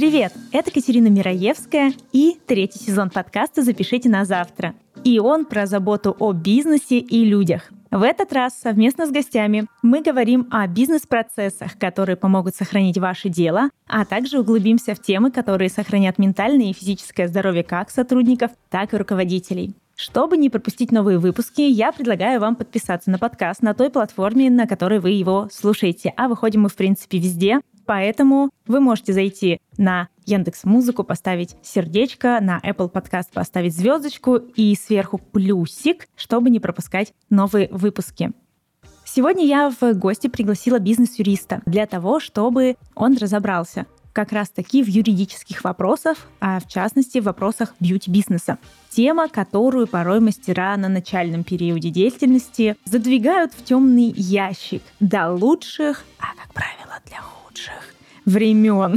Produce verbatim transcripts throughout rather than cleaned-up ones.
Привет! Это Катерина Мираевская и третий сезон подкаста «Запишите на завтра». И он про заботу о бизнесе и людях. В этот раз совместно с гостями мы говорим о бизнес-процессах, которые помогут сохранить ваше дело, а также углубимся в темы, которые сохранят ментальное и физическое здоровье как сотрудников, так и руководителей. Чтобы не пропустить новые выпуски, я предлагаю вам подписаться на подкаст на той платформе, на которой вы его слушаете. А выходим мы, в принципе, везде. Поэтому вы можете зайти на Яндекс.Музыку, поставить сердечко, на Apple Podcast поставить звездочку и сверху плюсик, чтобы не пропускать новые выпуски. Сегодня я в гости пригласила бизнес-юриста для того, чтобы он разобрался как раз-таки в юридических вопросах, а в частности в вопросах бьюти-бизнеса. Тема, которую порой мастера на начальном периоде деятельности задвигают в темный ящик до лучших, а, как правило, для худших времен.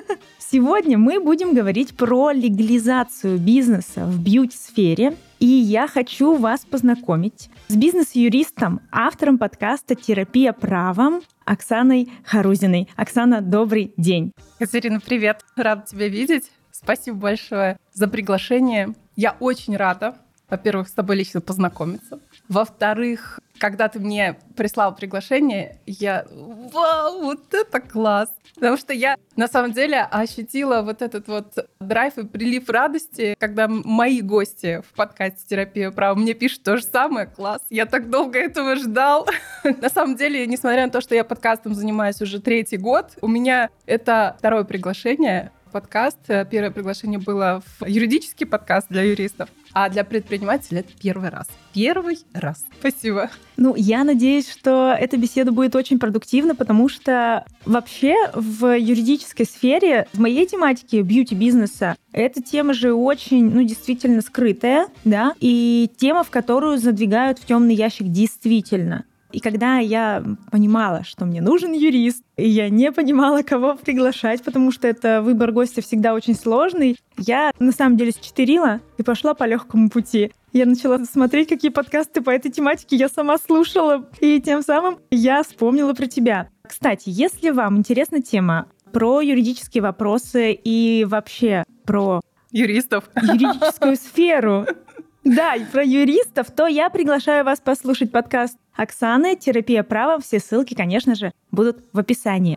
Сегодня мы будем говорить про легализацию бизнеса в бьюти-сфере, и я хочу вас познакомить с бизнес-юристом, автором подкаста «Терапия правом» Оксаной Харузиной. Оксана, добрый день. Катерина, привет. Рада тебя видеть. Спасибо большое за приглашение. Я очень рада, во-первых, с тобой лично познакомиться. Во-вторых, когда ты мне прислал приглашение, я... Вау, вот это класс! Потому что я, на самом деле, ощутила вот этот вот драйв и прилив радости, когда мои гости в подкасте «Терапия права» мне пишут то же самое. Класс! Я так долго этого ждал. На самом деле, несмотря на то, что я подкастом занимаюсь уже третий год, у меня это второе приглашение подкаст. Первое приглашение было в юридический подкаст для юристов, а для предпринимателей это первый раз. Первый раз. Спасибо. Ну, я надеюсь, что эта беседа будет очень продуктивна, потому что вообще в юридической сфере, в моей тематике бьюти-бизнеса, эта тема же очень, ну, действительно скрытая, да, и тема, в которую задвигают в темный ящик действительно. И когда я понимала, что мне нужен юрист, и я не понимала, кого приглашать, потому что это выбор гостя всегда очень сложный, я на самом деле счетырила и пошла по легкому пути. Я начала смотреть, какие подкасты по этой тематике я сама слушала, и тем самым я вспомнила про тебя. Кстати, если вам интересна тема про юридические вопросы и вообще про юристов, юридическую сферу, да, и про юристов, то я приглашаю вас послушать подкаст Оксаны «Терапия права». Все ссылки, конечно же, будут в описании.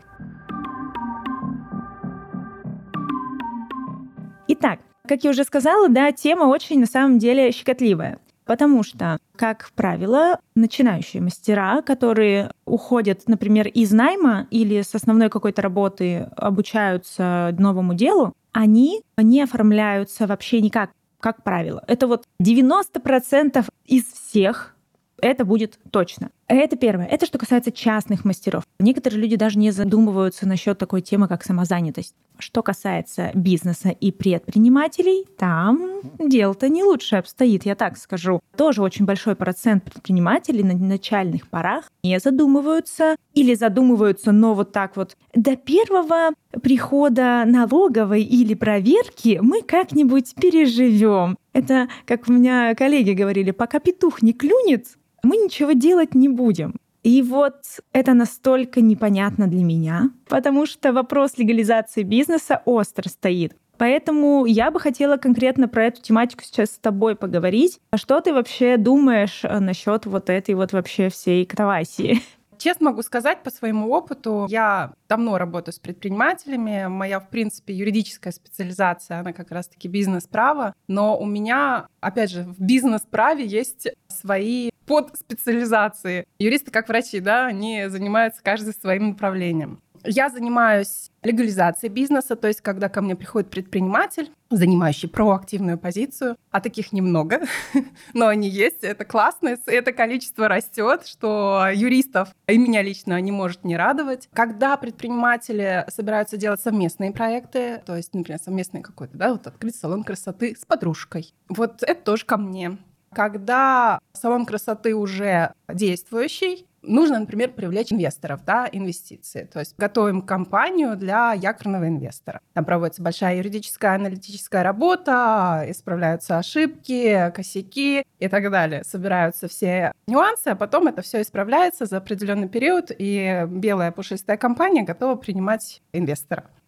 Итак, как я уже сказала, да, тема очень на самом деле щекотливая. Потому что, как правило, начинающие мастера, которые уходят, например, из найма или с основной какой-то работы обучаются новому делу, они не оформляются вообще никак. Как правило. Это вот девяносто процентов из всех это будет точно. Это первое. Это что касается частных мастеров. Некоторые люди даже не задумываются насчет такой темы, как самозанятость. Что касается бизнеса и предпринимателей, там дело-то не лучше обстоит, я так скажу. Тоже очень большой процент предпринимателей на начальных порах не задумываются или задумываются, но вот так вот. До первого прихода налоговой или проверки мы как-нибудь переживем. Это, как у меня коллеги говорили, пока петух не клюнет, мы ничего делать не будем. И вот это настолько непонятно для меня, потому что вопрос легализации бизнеса остро стоит. Поэтому я бы хотела конкретно про эту тематику сейчас с тобой поговорить. А что ты вообще думаешь насчет вот этой вот вообще всей катавасии? Честно могу сказать, по своему опыту, я давно работаю с предпринимателями. Моя, в принципе, юридическая специализация, она как раз-таки бизнес-право. Но у меня, опять же, в бизнес-праве есть свои подспециализации. Юристы, как врачи, да, они занимаются каждый своим направлением. Я занимаюсь легализацией бизнеса, то есть когда ко мне приходит предприниматель, занимающий проактивную позицию, а таких немного, но они есть, это классно, это количество растет, что юристов и меня лично не может не радовать. Когда предприниматели собираются делать совместные проекты, то есть, например, совместный какой-то, да, вот открыть салон красоты с подружкой, вот это тоже ко мне. Когда салон красоты уже действующий, нужно, например, привлечь инвесторов, да, инвестиции. То есть готовим компанию для якорного инвестора. Там проводится большая юридическая, аналитическая работа, исправляются ошибки, косяки и так далее. Собираются все нюансы, а потом это все исправляется за определенный период, и белая пушистая компания готова принимать инвестора.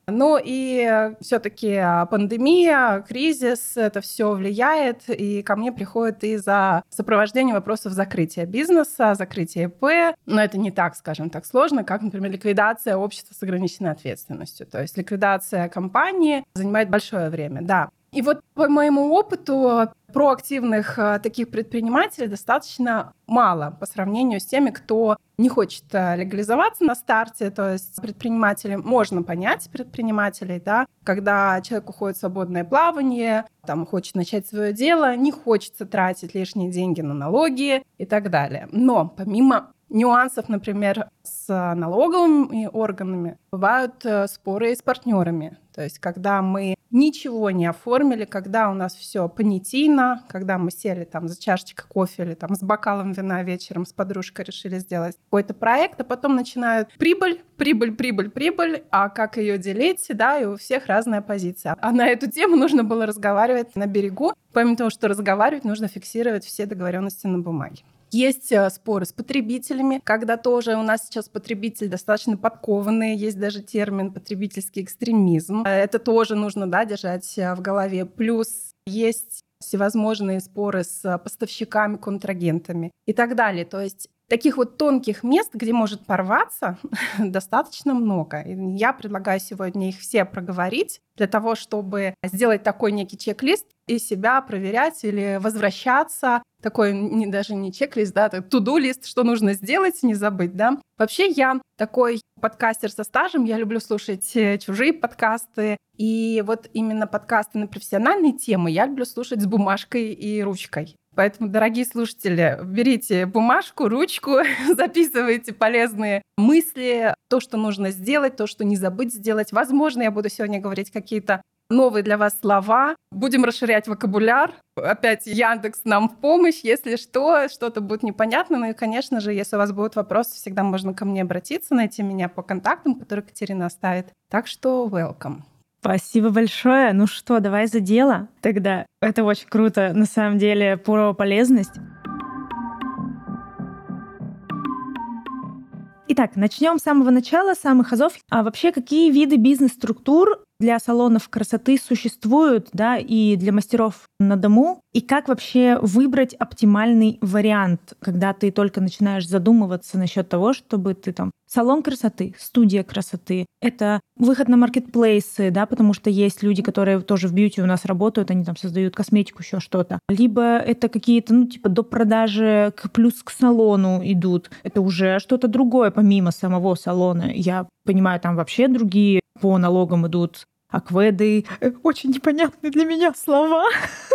Ну и все-таки пандемия, кризис, это все влияет, и ко мне приходит из-за сопровождения вопросов закрытия бизнеса, закрытия ИП. Но это не так, скажем так, сложно, как, например, ликвидация общества с ограниченной ответственностью. То есть ликвидация компании занимает большое время, да. И вот по моему опыту проактивных таких предпринимателей достаточно мало по сравнению с теми, кто не хочет легализоваться на старте. То есть предприниматели, можно понять предпринимателей, да, когда человек уходит в свободное плавание, там, хочет начать свое дело, не хочется тратить лишние деньги на налоги и так далее. Но помимо нюансов, например, с налоговыми органами, бывают споры с партнерами. То есть когда мы ничего не оформили, когда у нас все понятийно, когда мы сели там за чашечкой кофе или там с бокалом вина вечером с подружкой решили сделать какой-то проект, а потом начинают прибыль, прибыль, прибыль, прибыль, а как ее делить, да, и у всех разная позиция. А на эту тему нужно было разговаривать на берегу. Помимо того, что разговаривать, нужно фиксировать все договоренности на бумаге. Есть споры с потребителями, когда тоже у нас сейчас потребители достаточно подкованные, есть даже термин «потребительский экстремизм». Это тоже нужно, да, держать в голове. Плюс есть всевозможные споры с поставщиками, контрагентами и так далее. То есть таких вот тонких мест, где может порваться, достаточно много. И я предлагаю сегодня их все проговорить для того, чтобы сделать такой некий чек-лист и себя проверять или возвращаться. Такой не, даже не чек-лист, да, to-do-лист, что нужно сделать, не забыть, да. Вообще я такой подкастер со стажем, я люблю слушать чужие подкасты, и вот именно подкасты на профессиональные темы я люблю слушать с бумажкой и ручкой. Поэтому, дорогие слушатели, берите бумажку, ручку, записывайте полезные мысли, то, что нужно сделать, то, что не забыть сделать. Возможно, я буду сегодня говорить какие-то новые для вас слова. Будем расширять вокабуляр. Опять Яндекс нам в помощь. Если что, что-то будет непонятно. Ну и, конечно же, если у вас будут вопросы, всегда можно ко мне обратиться, найти меня по контактам, которые Катерина оставит. Так что welcome. Спасибо большое. Ну что, давай за дело тогда. Это очень круто, на самом деле, про полезность. Итак, начнем с самого начала, самых азов. А вообще, какие виды бизнес-структур для салонов красоты существуют, да, и для мастеров на дому? И как вообще выбрать оптимальный вариант, когда ты только начинаешь задумываться насчет того, чтобы ты там салон красоты, студия красоты. Это выход на маркетплейсы, да, потому что есть люди, которые тоже в бьюти у нас работают, они там создают косметику, еще что-то. Либо это какие-то, ну, типа до продажи к плюс к салону идут. Это уже что-то другое помимо самого салона. Я понимаю, там вообще другие по налогам идут акведы. Очень непонятные для меня слова.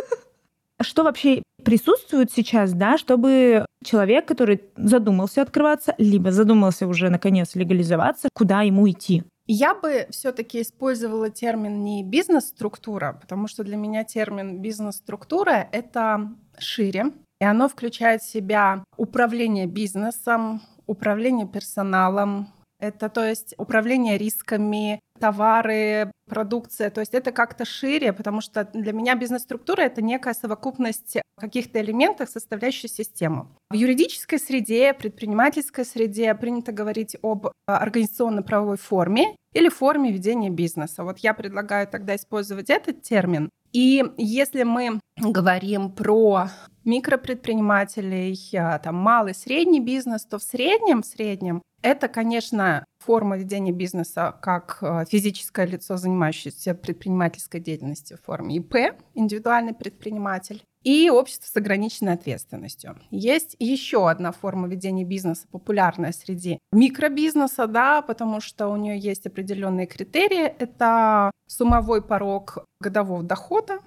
Что вообще присутствует сейчас, да, чтобы человек, который задумался открываться, либо задумался уже наконец легализоваться, куда ему идти? Я бы все-таки использовала термин не бизнес-структура, потому что для меня термин бизнес-структура — это шире, и оно включает в себя управление бизнесом, управление персоналом, это, то есть, управление рисками, товары, продукция. То есть это как-то шире, потому что для меня бизнес-структура — это некая совокупность каких-то элементов, составляющих систему. В юридической среде, предпринимательской среде принято говорить об организационно-правовой форме или форме ведения бизнеса. Вот я предлагаю тогда использовать этот термин. И если мы говорим про микропредпринимателей, там, малый, средний бизнес, то в среднем, в среднем это, конечно, форма ведения бизнеса как физическое лицо, занимающееся предпринимательской деятельностью в форме ИП, индивидуальный предприниматель, и общество с ограниченной ответственностью. Есть еще одна форма ведения бизнеса, популярная среди микробизнеса, да, потому что у нее есть определенные критерии. Это суммовой порог годового дохода,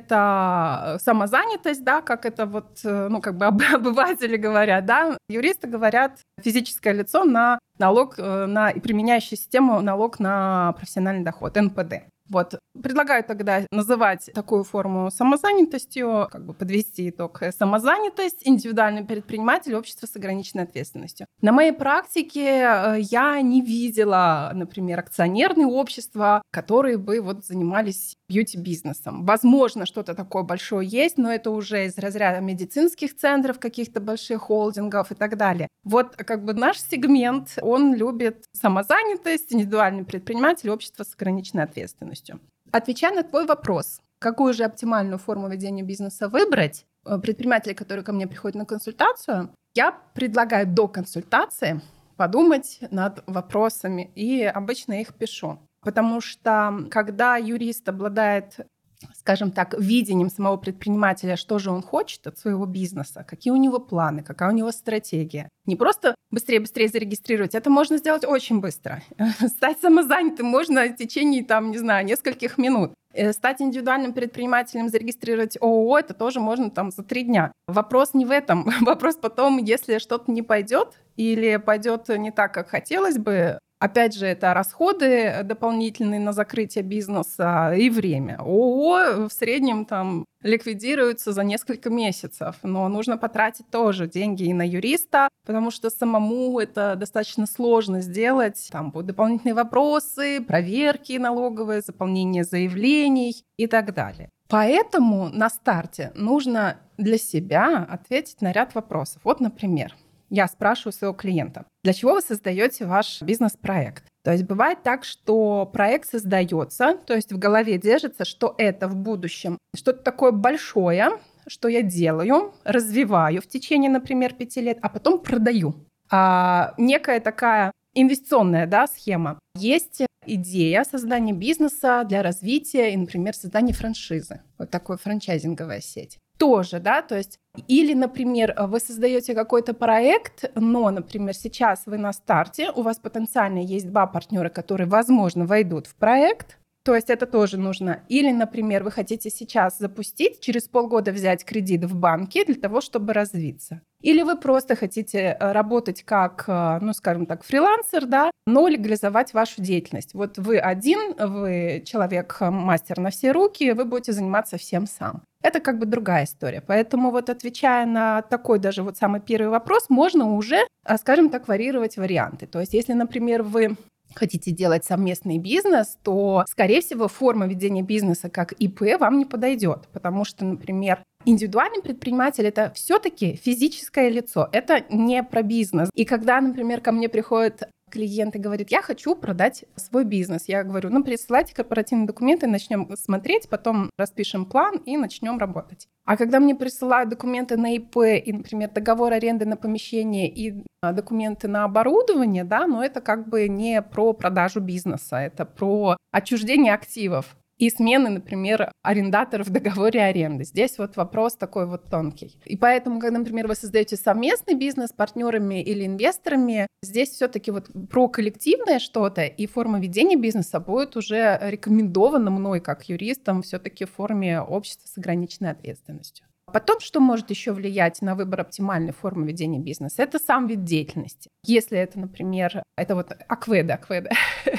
это самозанятость, да, как это вот, ну, как бы обыватели говорят, да. Юристы говорят физическое лицо на налог, на применяющую систему налог на профессиональный доход, эн пэ дэ. Вот. Предлагаю тогда называть такую форму самозанятостью, как бы подвести итог. Самозанятость, индивидуальный предприниматель, общество с ограниченной ответственностью. На моей практике я не видела, например, акционерные общества, которые бы вот занимались бьюти-бизнесом. Возможно, что-то такое большое есть, но это уже из разряда медицинских центров, каких-то больших холдингов и так далее. Вот как бы наш сегмент, он любит самозанятость, индивидуальный предприниматель, общество с ограниченной ответственностью. Отвечая на твой вопрос, какую же оптимальную форму ведения бизнеса выбрать, предприниматели, которые ко мне приходят на консультацию, я предлагаю до консультации подумать над вопросами и обычно их пишу. Потому что когда юрист обладает, скажем так, видением самого предпринимателя, что же он хочет от своего бизнеса, какие у него планы, какая у него стратегия. Не просто быстрее-быстрее зарегистрировать, это можно сделать очень быстро. Стать самозанятым можно в течение, там, не знаю, нескольких минут. Стать индивидуальным предпринимателем, зарегистрировать ООО, это тоже можно там за три дня. Вопрос не в этом. Вопрос потом, если что-то не пойдет или пойдет не так, как хотелось бы. Опять же, это расходы дополнительные на закрытие бизнеса и время. ООО в среднем там ликвидируется за несколько месяцев, но нужно потратить тоже деньги и на юриста, потому что самому это достаточно сложно сделать. Там будут дополнительные вопросы, проверки налоговые, заполнение заявлений и так далее. Поэтому на старте нужно для себя ответить на ряд вопросов. Вот, например, я спрашиваю своего клиента, для чего вы создаете ваш бизнес-проект? То есть бывает так, что проект создается, то есть в голове держится, что это в будущем что-то такое большое, что я делаю, развиваю в течение, например, пяти лет, а потом продаю. А, некая такая инвестиционная, да, схема. Есть идея создания бизнеса для развития и, например, создания франшизы. Вот такой франчайзинговая сеть. Тоже, да, то есть, или, например, вы создаете какой-то проект, но, например, сейчас вы на старте, у вас потенциально есть два партнера, которые, возможно, войдут в проект, то есть это тоже нужно. Или, например, вы хотите сейчас запустить, через полгода взять кредит в банке для того, чтобы развиться. Или вы просто хотите работать как, ну, скажем так, фрилансер, да, но легализовать вашу деятельность. Вот вы один, вы человек-мастер на все руки, вы будете заниматься всем сам. Это как бы другая история. Поэтому вот отвечая на такой даже вот самый первый вопрос, можно уже, скажем так, варьировать варианты. То есть если, например, вы хотите делать совместный бизнес, то, скорее всего, форма ведения бизнеса как ИП вам не подойдет, потому что, например, индивидуальный предприниматель – это все-таки физическое лицо, это не про бизнес. И когда, например, ко мне приходят клиент и говорит, я хочу продать свой бизнес. Я говорю, ну, присылайте корпоративные документы, начнем смотреть, потом распишем план и начнем работать. А когда мне присылают документы на ИП и, например, договор аренды на помещение и документы на оборудование, да, но это как бы не про продажу бизнеса, это про отчуждение активов и смены, например, арендаторов в договоре аренды. Здесь вот вопрос такой вот тонкий. И поэтому, когда, например, вы создаете совместный бизнес с партнерами или инвесторами, здесь все-таки вот про коллективное что-то, и форма ведения бизнеса будет уже рекомендована мной как юристом все-таки в форме общества с ограниченной ответственностью. Потом, что может еще влиять на выбор оптимальной формы ведения бизнеса, это сам вид деятельности. Если это, например, это вот акведа, акведа.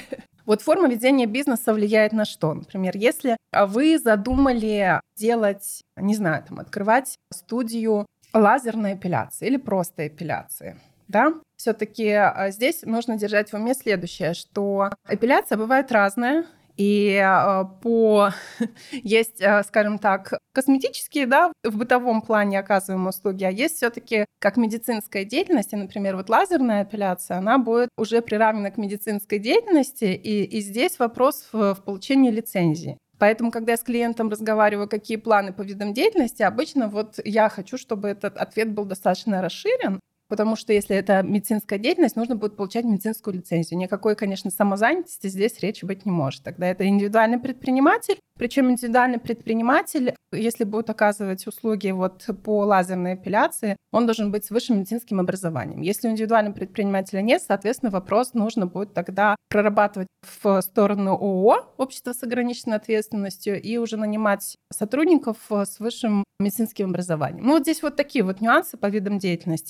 Вот форма ведения бизнеса влияет на что? Например, если вы задумали делать, не знаю, там, открывать студию лазерной эпиляции или просто эпиляции, да? Все-таки здесь нужно держать в уме следующее, что эпиляция бывает разная, и по есть, скажем так, косметические, да, в бытовом плане оказываемые услуги, а есть все-таки как медицинская деятельность, и, например, вот лазерная эпиляция, она будет уже приравнена к медицинской деятельности, и, и здесь вопрос в, в получении лицензии. Поэтому, когда я с клиентом разговариваю, какие планы по видам деятельности, обычно вот я хочу, чтобы этот ответ был достаточно расширен, потому что если это медицинская деятельность, нужно будет получать медицинскую лицензию. Никакой, конечно, самозанятости здесь речи быть не может. Тогда это индивидуальный предприниматель, причем индивидуальный предприниматель, если будет оказывать услуги вот по лазерной эпиляции, он должен быть с высшим медицинским образованием. Если у индивидуального предпринимателя нет, соответственно, вопрос нужно будет тогда прорабатывать в сторону ООО, общество с ограниченной ответственностью, и уже нанимать сотрудников с высшим медицинским образованием. Ну вот здесь вот такие вот нюансы по видам деятельности могут быть.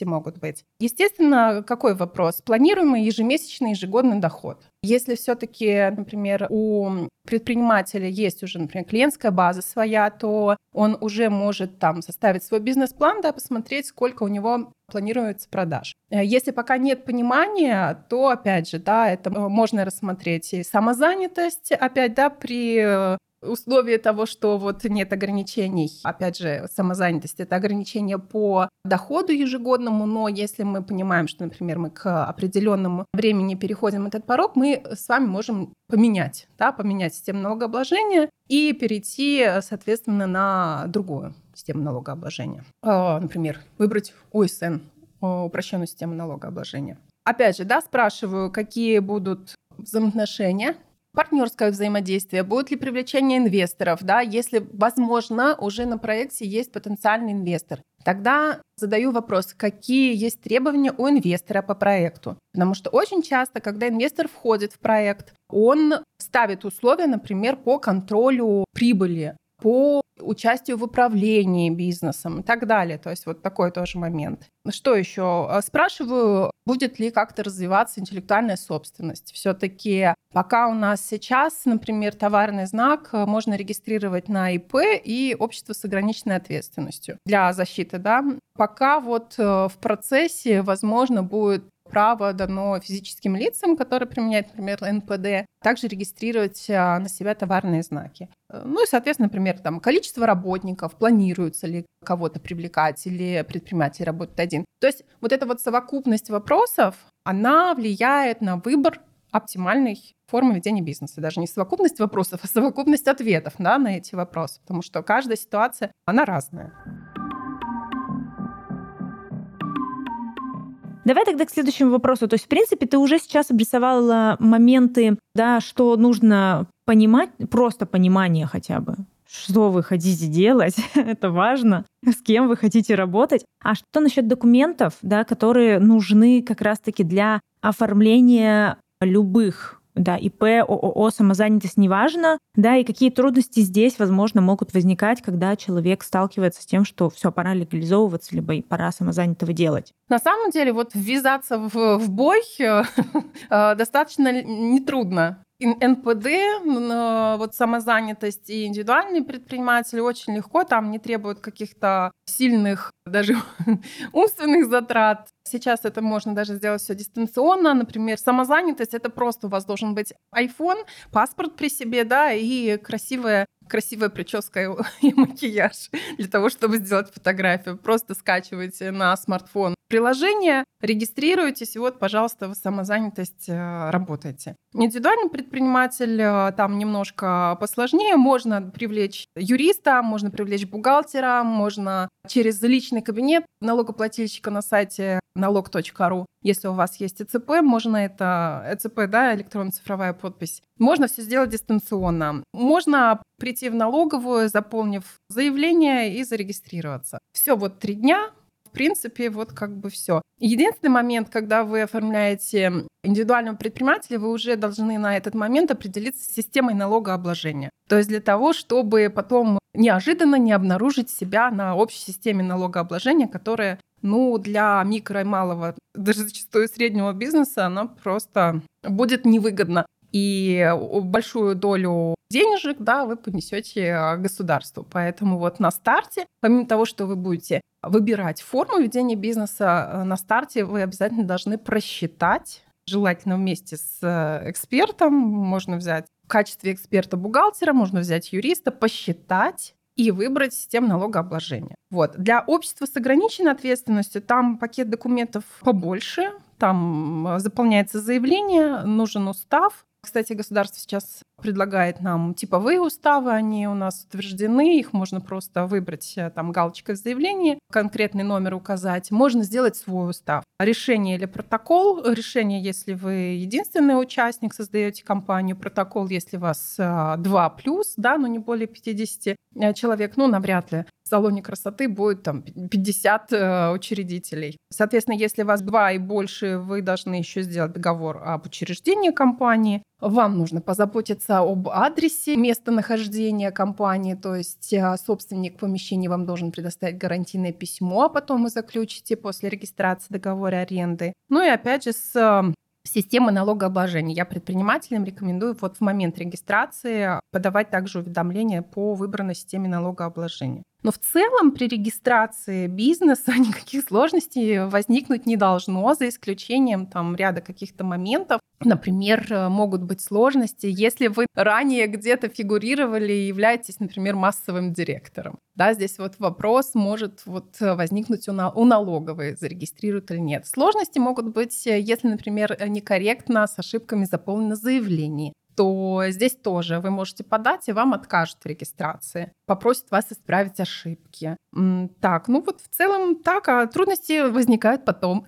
быть. Естественно, какой вопрос? Планируемый ежемесячный, ежегодный доход. Если все-таки, например, у предпринимателя есть уже, например, клиентская база своя, то он уже может там составить свой бизнес-план, да, посмотреть, сколько у него планируется продаж. Если пока нет понимания, то, опять же, да, это можно рассмотреть и самозанятость, опять, да, при условии того, что вот нет ограничений, опять же, самозанятость — это ограничение по доходу ежегодному, но если мы понимаем, что, например, мы к определенному времени переходим этот порог, мы с вами можем поменять, да, поменять систему налогообложения и перейти, соответственно, на другую систему налогообложения. Например, выбрать о эс эн, упрощенную систему налогообложения. Опять же, да, спрашиваю, какие будут взаимоотношения, партнерское взаимодействие, будет ли привлечение инвесторов, да, если, возможно, уже на проекте есть потенциальный инвестор. Тогда задаю вопрос, какие есть требования у инвестора по проекту. Потому что очень часто, когда инвестор входит в проект, он ставит условия, например, по контролю прибыли, по участию в управлении бизнесом и так далее. То есть вот такой тоже момент. Что еще? Спрашиваю, будет ли как-то развиваться интеллектуальная собственность. Все-таки пока у нас сейчас, например, товарный знак можно регистрировать на и пэ и общество с ограниченной ответственностью для защиты. Да? Пока вот в процессе, возможно, будет право дано физическим лицам, которые применяют, например, эн пэ дэ, также регистрировать на себя товарные знаки. Ну и, соответственно, например, там, количество работников, планируется ли кого-то привлекать, или предприниматель работает один. То есть вот эта вот совокупность вопросов, она влияет на выбор оптимальной формы ведения бизнеса. Даже не совокупность вопросов, а совокупность ответов, да, на эти вопросы, потому что каждая ситуация, она разная. Давай тогда к следующему вопросу. То есть, в принципе, ты уже сейчас обрисовала моменты, да, что нужно понимать, просто понимание хотя бы, что вы хотите делать, это важно, с кем вы хотите работать. А что насчет документов, да, которые нужны как раз-таки для оформления любых, да, и пэ, о о о, самозанятость, неважно, да, и какие трудности здесь, возможно, могут возникать, когда человек сталкивается с тем, что все, пора легализовываться, либо и пора самозанятого делать. На самом деле, вот ввязаться в, в бой достаточно нетрудно. эн пэ дэ, вот самозанятость и индивидуальные предприниматели очень легко, там не требуют каких-то сильных даже умственных затрат. Сейчас это можно даже сделать все дистанционно. Например, самозанятость — это просто у вас должен быть iPhone, паспорт при себе, да, и красивая красивая прическа и макияж для того, чтобы сделать фотографию. Просто скачивайте на смартфон приложение, регистрируйтесь, и вот, пожалуйста, вы самозанятость работаете. Индивидуальный предприниматель там немножко посложнее. Можно привлечь юриста, можно привлечь бухгалтера, можно через личный кабинет налогоплательщика на сайте налог точка ру. Если у вас есть и цэ пэ, можно это, и цэ пэ, да, электронно-цифровая подпись, можно все сделать дистанционно. Можно прийти в налоговую, заполнив заявление и зарегистрироваться. Все, вот три дня, в принципе, вот как бы все. Единственный момент, когда вы оформляете индивидуального предпринимателя, вы уже должны на этот момент определиться с системой налогообложения. То есть для того, чтобы потом неожиданно не обнаружить себя на общей системе налогообложения, которая, ну, для микро и малого, даже зачастую среднего бизнеса, она просто будет невыгодна. И большую долю денежек, да, вы понесете государству. Поэтому вот на старте, помимо того, что вы будете выбирать форму ведения бизнеса, на старте вы обязательно должны просчитать, желательно вместе с экспертом, можно взять в качестве эксперта бухгалтера, можно взять юриста, посчитать и выбрать систему налогообложения. Вот. Для общества с ограниченной ответственностью там пакет документов побольше, там заполняется заявление, нужен устав. Кстати, государство сейчас предлагает нам типовые уставы, они у нас утверждены, их можно просто выбрать там галочкой в заявлении, конкретный номер указать. Можно сделать свой устав. Решение или протокол. Решение, если вы единственный участник, создаете компанию. Протокол, если вас два плюс, да, но не более пятьдесят человек, ну, навряд ли. В салоне красоты будет там пятьдесят учредителей. Соответственно, если вас два и больше, вы должны еще сделать договор об учреждении компании. Вам нужно позаботиться об адресе местонахождения компании, то есть собственник помещения вам должен предоставить гарантийное письмо, а потом вы заключите после регистрации договора аренды. Ну и опять же с системы налогообложения. Я предпринимателям рекомендую вот в момент регистрации подавать также уведомления по выбранной системе налогообложения. Но в целом при регистрации бизнеса никаких сложностей возникнуть не должно, за исключением там, ряда каких-то моментов. Например, могут быть сложности, если вы ранее где-то фигурировали и являетесь, например, массовым директором. Да, здесь вот вопрос может вот возникнуть у, на, у налоговой, зарегистрируют или нет. Сложности могут быть, если, например, некорректно с ошибками заполнено заявление, то здесь тоже вы можете подать, и вам откажут в регистрации. Попросят вас исправить ошибки. Так, ну вот в целом так, а трудности возникают потом.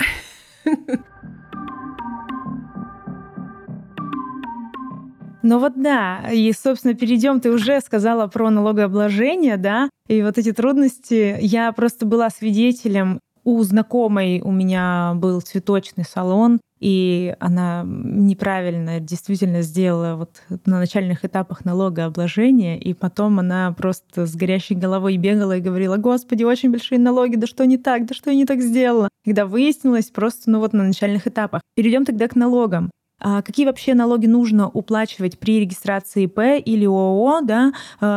Ну вот да, и, собственно, перейдем, ты уже сказала про налогообложение, да, и вот эти трудности. Я просто была свидетелем, у знакомой у меня был цветочный салон, и она неправильно действительно сделала вот на начальных этапах налогообложения, и потом она просто с горящей головой бегала и говорила: «Господи, очень большие налоги, да что не так, да что я не так сделала?» Когда выяснилось просто, ну вот на начальных этапах. Перейдем тогда к налогам. А какие вообще налоги нужно уплачивать при регистрации ИП или ООО, да?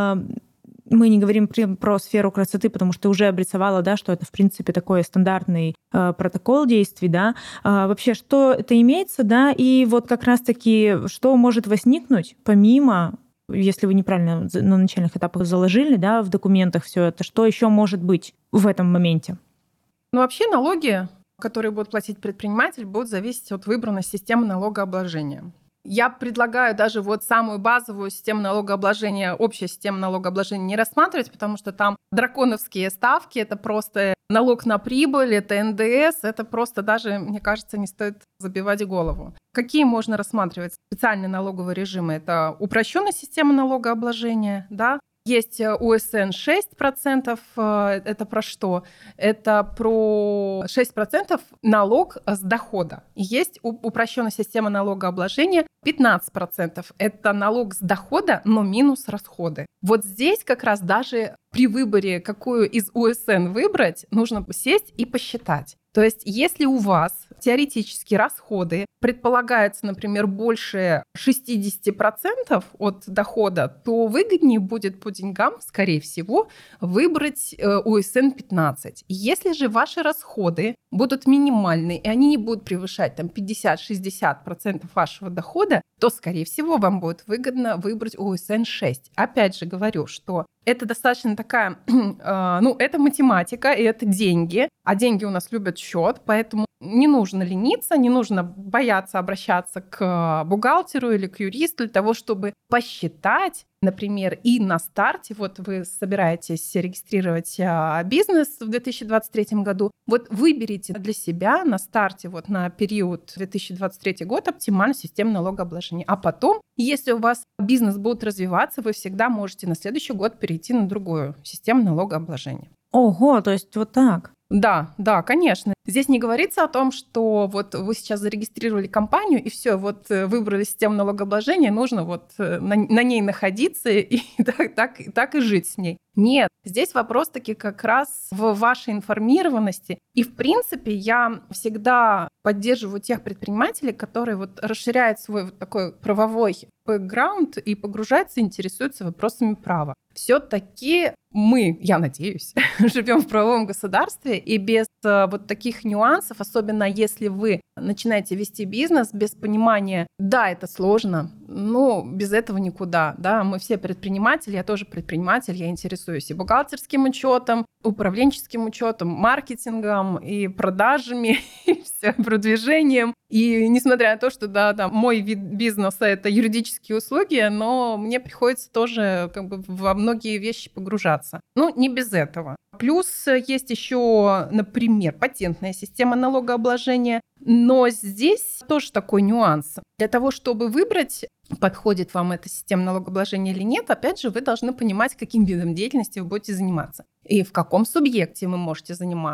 Мы не говорим про сферу красоты, потому что ты уже обрисовала, да, что это, в принципе, такой стандартный э, протокол действий, да. А вообще, что это имеется, да, и вот как раз-таки, что может возникнуть помимо, если вы неправильно на начальных этапах заложили, да, в документах все это, что еще может быть в этом моменте? Ну, вообще налоги, которые будут платить предприниматель, будут зависеть от выбранной системы налогообложения. Я предлагаю даже вот самую базовую систему налогообложения, общая система налогообложения не рассматривать, потому что там драконовские ставки, это просто налог на прибыль, это эн дэ эс, это просто даже, мне кажется, не стоит забивать голову. Какие можно рассматривать специальные налоговые режимы? Это упрощенная система налогообложения, да? Есть у эс эн шесть процентов, это про что? Это про шесть процентов налог с дохода. Есть упрощенная система налогообложения пятнадцать процентов. Это налог с дохода, но минус расходы. Вот здесь как раз даже при выборе, какую из у эс эн выбрать, нужно сесть и посчитать. То есть если у вас теоретически расходы предполагается, например, больше шестьдесят процентов от дохода, то выгоднее будет по деньгам, скорее всего, выбрать у эс эн пятнадцать. Если же ваши расходы будут минимальны, и они не будут превышать там, пятьдесят-шестьдесят процентов вашего дохода, то, скорее всего, вам будет выгодно выбрать у эс эн шесть. Опять же говорю, что это достаточно такая, э, ну, это математика, и это деньги, а деньги у нас любят счет, поэтому не нужно лениться, не нужно бояться обращаться к бухгалтеру или к юристу для того, чтобы посчитать, например, и на старте, вот вы собираетесь регистрировать бизнес в две тысячи двадцать третьем году, вот выберите для себя на старте, вот на период две тысячи двадцать третий год оптимальную систему налогообложения. А потом, если у вас бизнес будет развиваться, вы всегда можете на следующий год перейти на другую систему налогообложения. Ого, то есть вот так. Да, да, конечно. Здесь не говорится о том, что вот вы сейчас зарегистрировали компанию, и все, вот выбрали систему налогообложения, нужно вот на, на ней находиться и так, так, так и жить с ней. Нет, здесь вопрос таки как раз в вашей информированности. И, в принципе, я всегда поддерживаю тех предпринимателей, которые вот расширяют свой вот такой правовой бэкграунд и погружаются, интересуются вопросами права. Все-таки мы, я надеюсь, живем в правовом государстве, и без вот таких нюансов, особенно если вы начинаете вести бизнес без понимания, да, это сложно, но без этого никуда, да, мы все предприниматели, я тоже предприниматель, я интересуюсь и бухгалтерским учетом, управленческим учетом, маркетингом и продажами, и все, продвижением. И несмотря на то, что да, да, мой вид бизнеса — это юридические услуги, но мне приходится тоже как бы во многие вещи погружаться. Ну, не без этого. Плюс есть еще, например, патентная система налогообложения. Но здесь тоже такой нюанс. Для того, чтобы выбрать, подходит вам эта система налогообложения или нет, опять же, вы должны понимать, каким видом деятельности вы будете заниматься и в каком субъекте вы можете заниматься.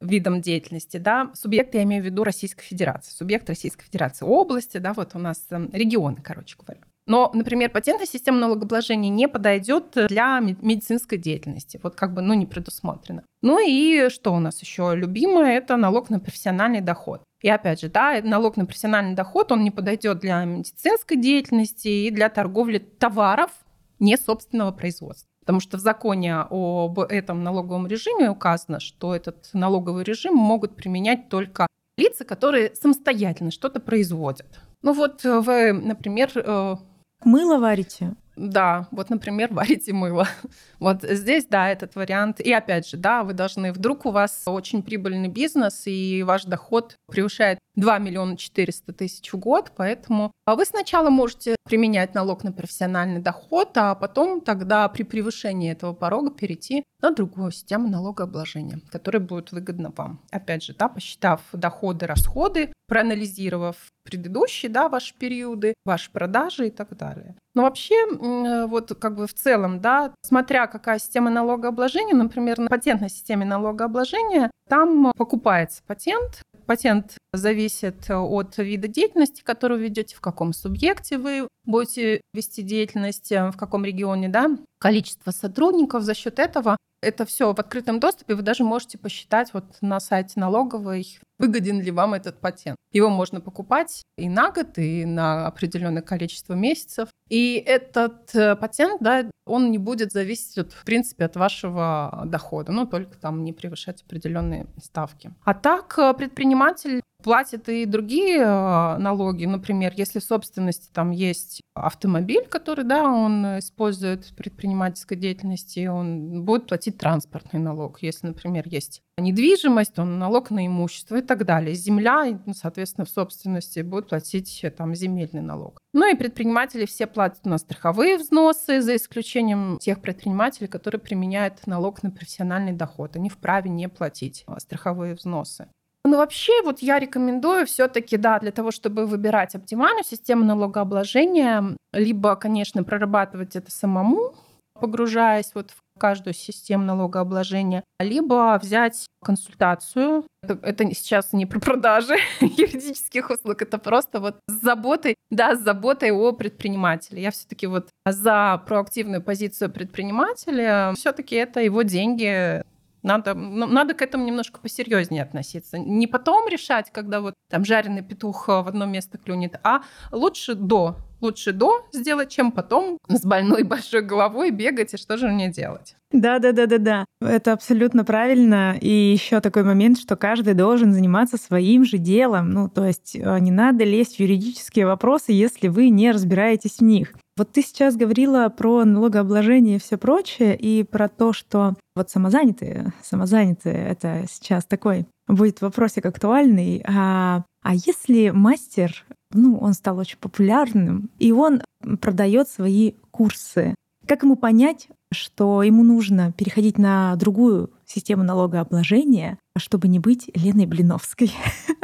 видом деятельности, да, субъект, я имею в виду Российской Федерации, субъект Российской Федерации, области, да, вот у нас регионы, короче говоря. Но, например, патентная система налогообложения не подойдет для медицинской деятельности. Вот как бы, ну, не предусмотрено. Ну и что у нас еще любимое? Это налог на профессиональный доход. И опять же, да, налог на профессиональный доход, он не подойдет для медицинской деятельности и для торговли товаров не собственного производства. Потому что в законе об этом налоговом режиме указано, что этот налоговый режим могут применять только лица, которые самостоятельно что-то производят. Ну вот вы, например... Мыло варите? Да, вот, например, варите мыло. Вот здесь, да, этот вариант. И опять же, да, вы должны, вдруг у вас очень прибыльный бизнес, и ваш доход превышает два миллиона четыреста тысяч в год, поэтому вы сначала можете применять налог на профессиональный доход, а потом тогда при превышении этого порога перейти на другую систему налогообложения, которая будет выгодна вам. Опять же, да, посчитав доходы, расходы, проанализировав предыдущие, да, ваши периоды, ваши продажи и так далее. Но вообще, вот как бы в целом, да, смотря какая система налогообложения, например, на патентной системе налогообложения, там покупается патент. Патент зависит от вида деятельности, которую вы ведете, в каком субъекте вы будете вести деятельность, в каком регионе, да, количество сотрудников. За счет этого это все в открытом доступе. Вы даже можете посчитать вот на сайте налоговой, выгоден ли вам этот патент. Его можно покупать и на год, и на определенное количество месяцев. И этот патент, да, он не будет зависеть, от, в принципе, от вашего дохода, ну, только там не превышать определенные ставки. А так предприниматель платит и другие налоги. Например, если в собственности там есть автомобиль, который, да, он использует в предпринимательской деятельности, он будет платить транспортный налог. Если, например, есть недвижимость, он налог на имущество и так далее. Земля, соответственно, в собственности будет платить там земельный налог. Ну и предприниматели все платят на страховые взносы, за исключением тех предпринимателей, которые применяют налог на профессиональный доход. Они вправе не платить страховые взносы. Ну, вообще, вот я рекомендую все-таки, да, для того, чтобы выбирать оптимальную систему налогообложения, либо, конечно, прорабатывать это самому, погружаясь вот в каждую систему налогообложения, либо взять консультацию. Это, это сейчас не про продажи юридических услуг, это просто вот с заботой, да, с заботой о предпринимателе. Я все-таки вот за проактивную позицию предпринимателя, все-таки это его деньги. Надо, надо к этому немножко посерьезнее относиться. Не потом решать, когда вот там жареный петух в одно место клюнет, а лучше до. Лучше до сделать, чем потом с больной большой головой бегать, и что же мне делать? Да, да, да, да, да. Это абсолютно правильно. И еще такой момент, что каждый должен заниматься своим же делом. Ну, то есть не надо лезть в юридические вопросы, если вы не разбираетесь в них. Вот ты сейчас говорила про налогообложение и все прочее, и про то, что вот самозанятые, самозанятые — это сейчас такой будет вопросик актуальный. А, а если мастер, ну, он стал очень популярным, и он продает свои курсы, как ему понять, что ему нужно переходить на другую систему налогообложения, чтобы не быть Леной Блиновской?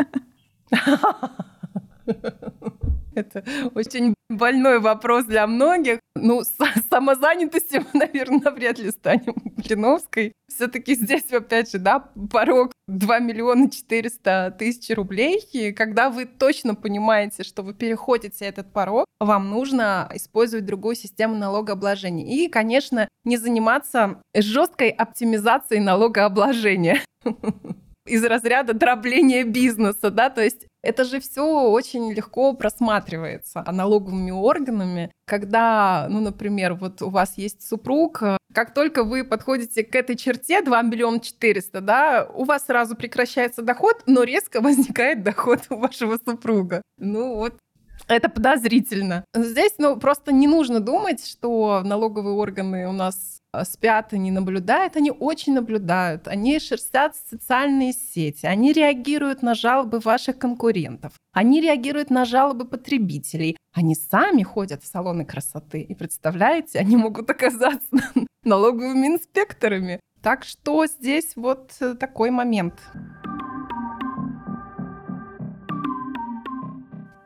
Это очень больной вопрос для многих. Ну, с самозанятостью мы, наверное, вряд ли станем Блиновской. Все-таки здесь, опять же, да, порог два миллиона четыреста тысяч рублей. И когда вы точно понимаете, что вы переходите этот порог, вам нужно использовать другую систему налогообложения. И, конечно, не заниматься жесткой оптимизацией налогообложения из разряда дробления бизнеса, да, то есть это же все очень легко просматривается налоговыми органами, когда, ну, например, вот у вас есть супруг, как только вы подходите к этой черте два миллиона четыреста, да, у вас сразу прекращается доход, но резко возникает доход у вашего супруга. Ну вот, это подозрительно. Здесь, ну, просто не нужно думать, что налоговые органы у нас спят и не наблюдают. Они очень наблюдают. Они шерстят социальные сети. Они реагируют на жалобы ваших конкурентов. Они реагируют на жалобы потребителей. Они сами ходят в салоны красоты. И представляете, они могут оказаться налоговыми инспекторами. Так что здесь вот такой момент.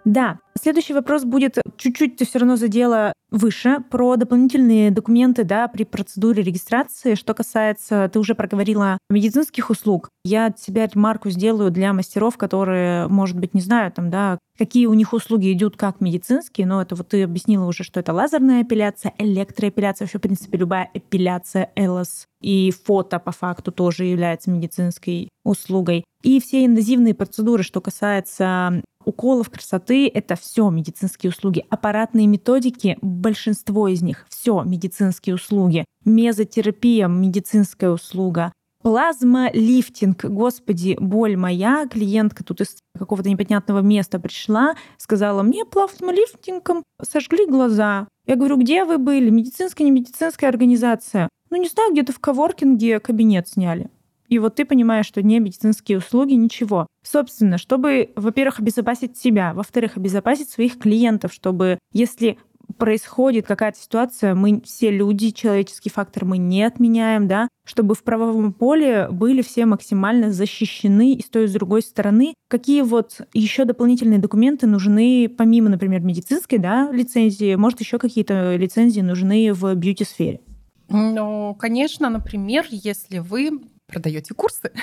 Да, следующий вопрос будет чуть-чуть ты все равно задела выше, про дополнительные документы, да, при процедуре регистрации. Что касается, ты уже проговорила медицинских услуг. Я от себя ремарку сделаю для мастеров, которые, может быть, не знают, там, да, какие у них услуги идут как медицинские, но это вот ты объяснила уже, что это лазерная эпиляция, электроэпиляция, вообще, в принципе, любая эпиляция, элос и фото по факту тоже является медицинской услугой. И все инвазивные процедуры, что касается уколов красоты, это все медицинские услуги. Аппаратные методики, большинство из них, все медицинские услуги. Мезотерапия, медицинская услуга. Плазмолифтинг, господи, боль моя. Клиентка тут из какого-то непонятного места пришла, сказала, мне плазмолифтингом сожгли глаза. Я говорю, где вы были? Медицинская, не медицинская организация? Ну, не знаю, где-то в коворкинге кабинет сняли. И вот ты понимаешь, что не медицинские услуги, ничего. Собственно, чтобы, во-первых, обезопасить себя, во-вторых, обезопасить своих клиентов, чтобы, если происходит какая-то ситуация, мы все люди, человеческий фактор мы не отменяем, да, чтобы в правовом поле были все максимально защищены и с той и с другой стороны. Какие вот еще дополнительные документы нужны, помимо, например, медицинской, да, лицензии, может, еще какие-то лицензии нужны в бьюти-сфере? Ну, конечно, например, если вы продаете курсы,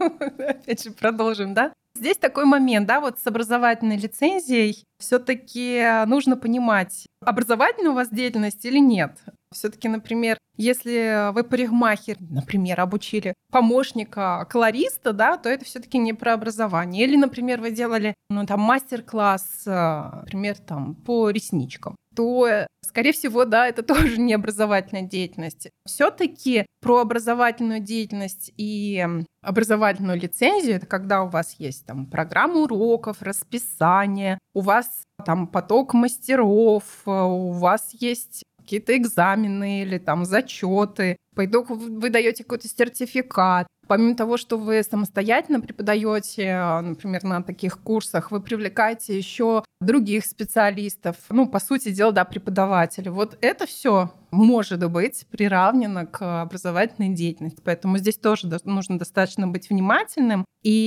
опять же, продолжим, да? Здесь такой момент, да, вот с образовательной лицензией все-таки нужно понимать, образовательная у вас деятельность или нет. Все-таки, например, если вы парикмахер, например, обучили помощника колориста, да, то это все-таки не про образование. Или, например, вы делали, ну, там, мастер-класс, например, там, по ресничкам, то, скорее всего, да, это тоже не образовательная деятельность. Все-таки про образовательную деятельность и образовательную лицензию — это когда у вас есть там программа уроков, расписание, у вас там поток мастеров, у вас есть какие-то экзамены или там зачеты. По итогу вы даете какой-то сертификат. Помимо того, что вы самостоятельно преподаете, например, на таких курсах, вы привлекаете еще других специалистов, ну, по сути дела, да, преподавателей. Вот это все может быть приравнено к образовательной деятельности. Поэтому здесь тоже нужно достаточно быть внимательным.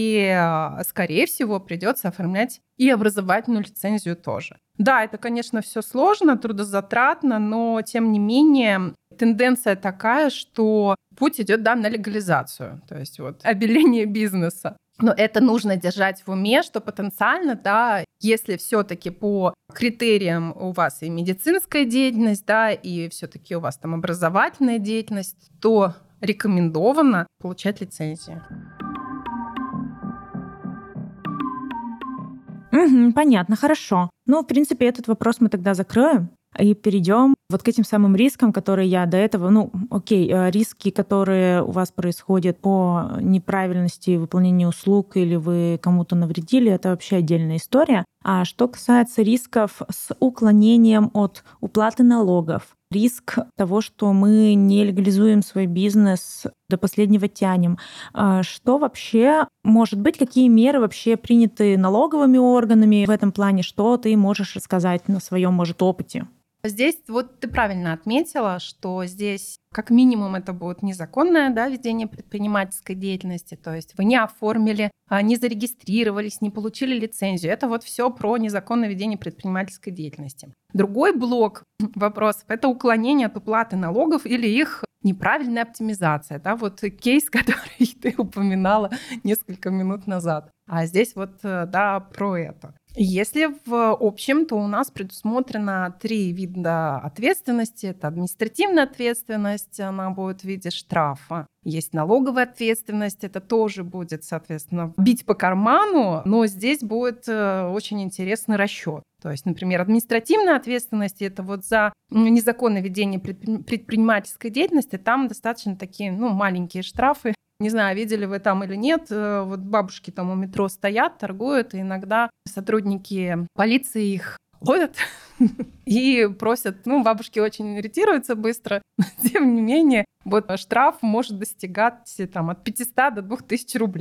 И, скорее всего, придется оформлять и образовательную лицензию тоже. Да, это, конечно, все сложно, трудозатратно, но, тем не менее, тенденция такая, что путь идет, да, на легализацию, то есть вот обеление бизнеса. Но это нужно держать в уме, что потенциально, да, если все-таки по критериям у вас и медицинская деятельность, да, и все-таки у вас там образовательная деятельность, то рекомендовано получать лицензию. Угу, понятно, хорошо. Ну, в принципе, этот вопрос мы тогда закроем и перейдем вот к этим самым рискам, которые я до этого... Ну, окей, риски, которые у вас происходят по неправильности выполнения услуг или вы кому-то навредили, это вообще отдельная история. А что касается рисков с уклонением от уплаты налогов, риск того, что мы не легализуем свой бизнес, до последнего тянем. Что вообще может быть, какие меры вообще приняты налоговыми органами в этом плане? Что ты можешь рассказать на своем, может, опыте? Здесь вот ты правильно отметила, что здесь как минимум это будет незаконное, да, ведение предпринимательской деятельности, то есть вы не оформили, не зарегистрировались, не получили лицензию. Это вот все про незаконное ведение предпринимательской деятельности. Другой блок вопросов — это уклонение от уплаты налогов или их неправильная оптимизация. Да, вот кейс, который ты упоминала несколько минут назад. А здесь вот, да, про это. Если в общем, то у нас предусмотрено три вида ответственности. Это административная ответственность, она будет в виде штрафа. Есть налоговая ответственность, это тоже будет, соответственно, бить по карману, но здесь будет очень интересный расчет. То есть, например, административная ответственность — это вот за незаконное ведение предпринимательской деятельности, там достаточно такие, ну, маленькие штрафы. Не знаю, видели вы там или нет, вот бабушки там у метро стоят, торгуют, и иногда сотрудники полиции их ловят и просят, ну, бабушки очень ирритируются быстро, но тем не менее, вот штраф может достигать там от пятисот до двух тысяч рублей.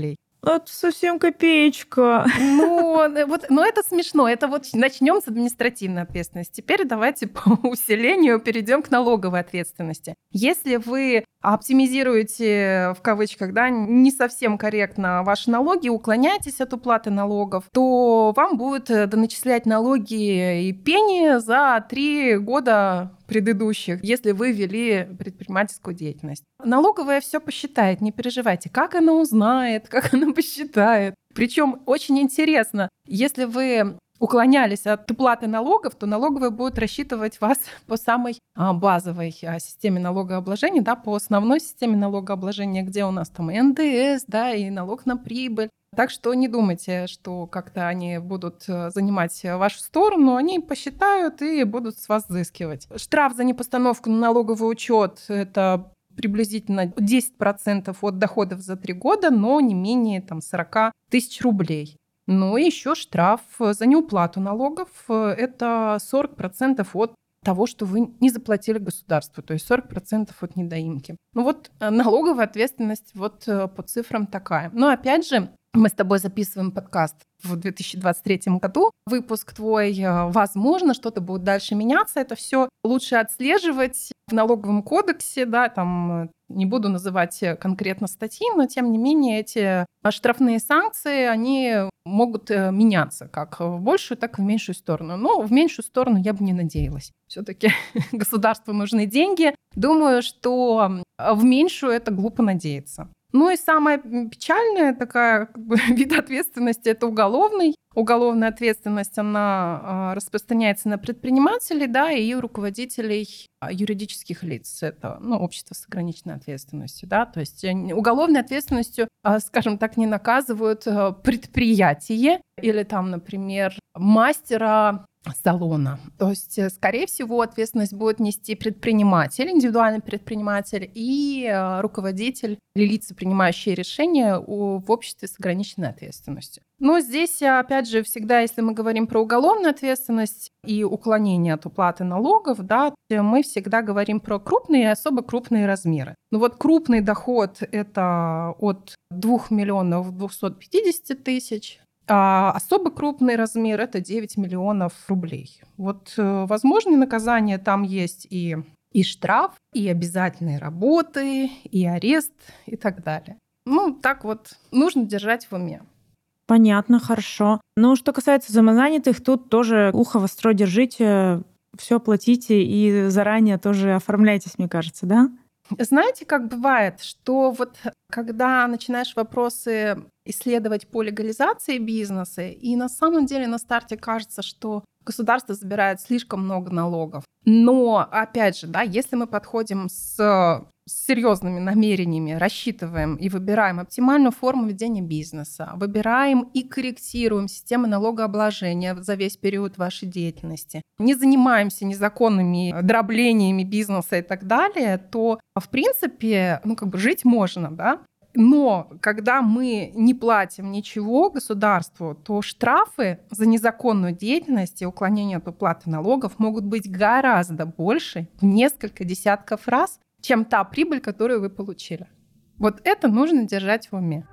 Это совсем копеечка. Ну, вот, но это смешно. Это вот начнем с административной ответственности. Теперь давайте по усилению перейдем к налоговой ответственности. Если вы оптимизируете, в кавычках, да, не совсем корректно ваши налоги, уклоняетесь от уплаты налогов, то вам будут доначислять налоги и пени за три года предыдущих, если вы вели предпринимательскую деятельность. Налоговая все посчитает, не переживайте. Как она узнает, как она посчитает. Причем очень интересно, если вы уклонялись от уплаты налогов, то налоговая будет рассчитывать вас по самой базовой системе налогообложения, да, по основной системе налогообложения, где у нас там и эн дэ эс, да, и налог на прибыль. Так что не думайте, что как-то они будут занимать вашу сторону, они посчитают и будут с вас взыскивать. Штраф за непостановку на налоговый учет — это приблизительно десять процентов от доходов за три года, но не менее там, сорок тысяч рублей. Ну и еще штраф за неуплату налогов — это сорок процентов от того, что вы не заплатили государству, то есть сорок процентов от недоимки. Ну вот налоговая ответственность вот по цифрам такая. Но опять же, мы с тобой записываем подкаст в две тысячи двадцать третьем году. Выпуск твой, возможно, что-то будет дальше меняться. Это все лучше отслеживать в налоговом кодексе, да, там не буду называть конкретно статьи, но тем не менее эти штрафные санкции, они могут меняться как в большую, так и в меньшую сторону. Но в меньшую сторону я бы не надеялась. Все-таки государству нужны деньги. Думаю, что в меньшую это глупо надеяться. Ну и самая печальная такая как бы, вид ответственности — это уголовный. Уголовная ответственность, она распространяется на предпринимателей, да, и руководителей юридических лиц. Это, ну, общество с ограниченной ответственностью, да, то есть уголовной ответственностью, скажем так, не наказывают предприятие или там, например, мастера салона. То есть, скорее всего, ответственность будет нести предприниматель, индивидуальный предприниматель и руководитель или лица, принимающие решения в обществе с ограниченной ответственностью. Но здесь, опять же, всегда, если мы говорим про уголовную ответственность и уклонение от уплаты налогов, да, мы всегда говорим про крупные и особо крупные размеры. Ну вот крупный доход — это от двух миллионов двухсот пятидесяти тысяч, а особо крупный размер — это девять миллионов рублей. Вот возможные наказания там есть и, и штраф, и обязательные работы, и арест, и так далее. Ну, так вот, нужно держать в уме. Понятно, хорошо. Но что касается самозанятых, тут тоже ухо востро держите, все платите и заранее тоже оформляйтесь, мне кажется, да? Знаете, как бывает, что вот когда начинаешь вопросы исследовать по легализации бизнеса, и на самом деле на старте кажется, что государство забирает слишком много налогов. Но, опять же, да, если мы подходим с, с серьезными намерениями, рассчитываем и выбираем оптимальную форму ведения бизнеса, выбираем и корректируем систему налогообложения за весь период вашей деятельности, не занимаемся незаконными дроблениями бизнеса и так далее, то, в принципе, ну, как бы жить можно, да? Но когда мы не платим ничего государству, то штрафы за незаконную деятельность и уклонение от уплаты налогов могут быть гораздо больше, в несколько десятков раз, чем та прибыль, которую вы получили. Вот это нужно держать в уме.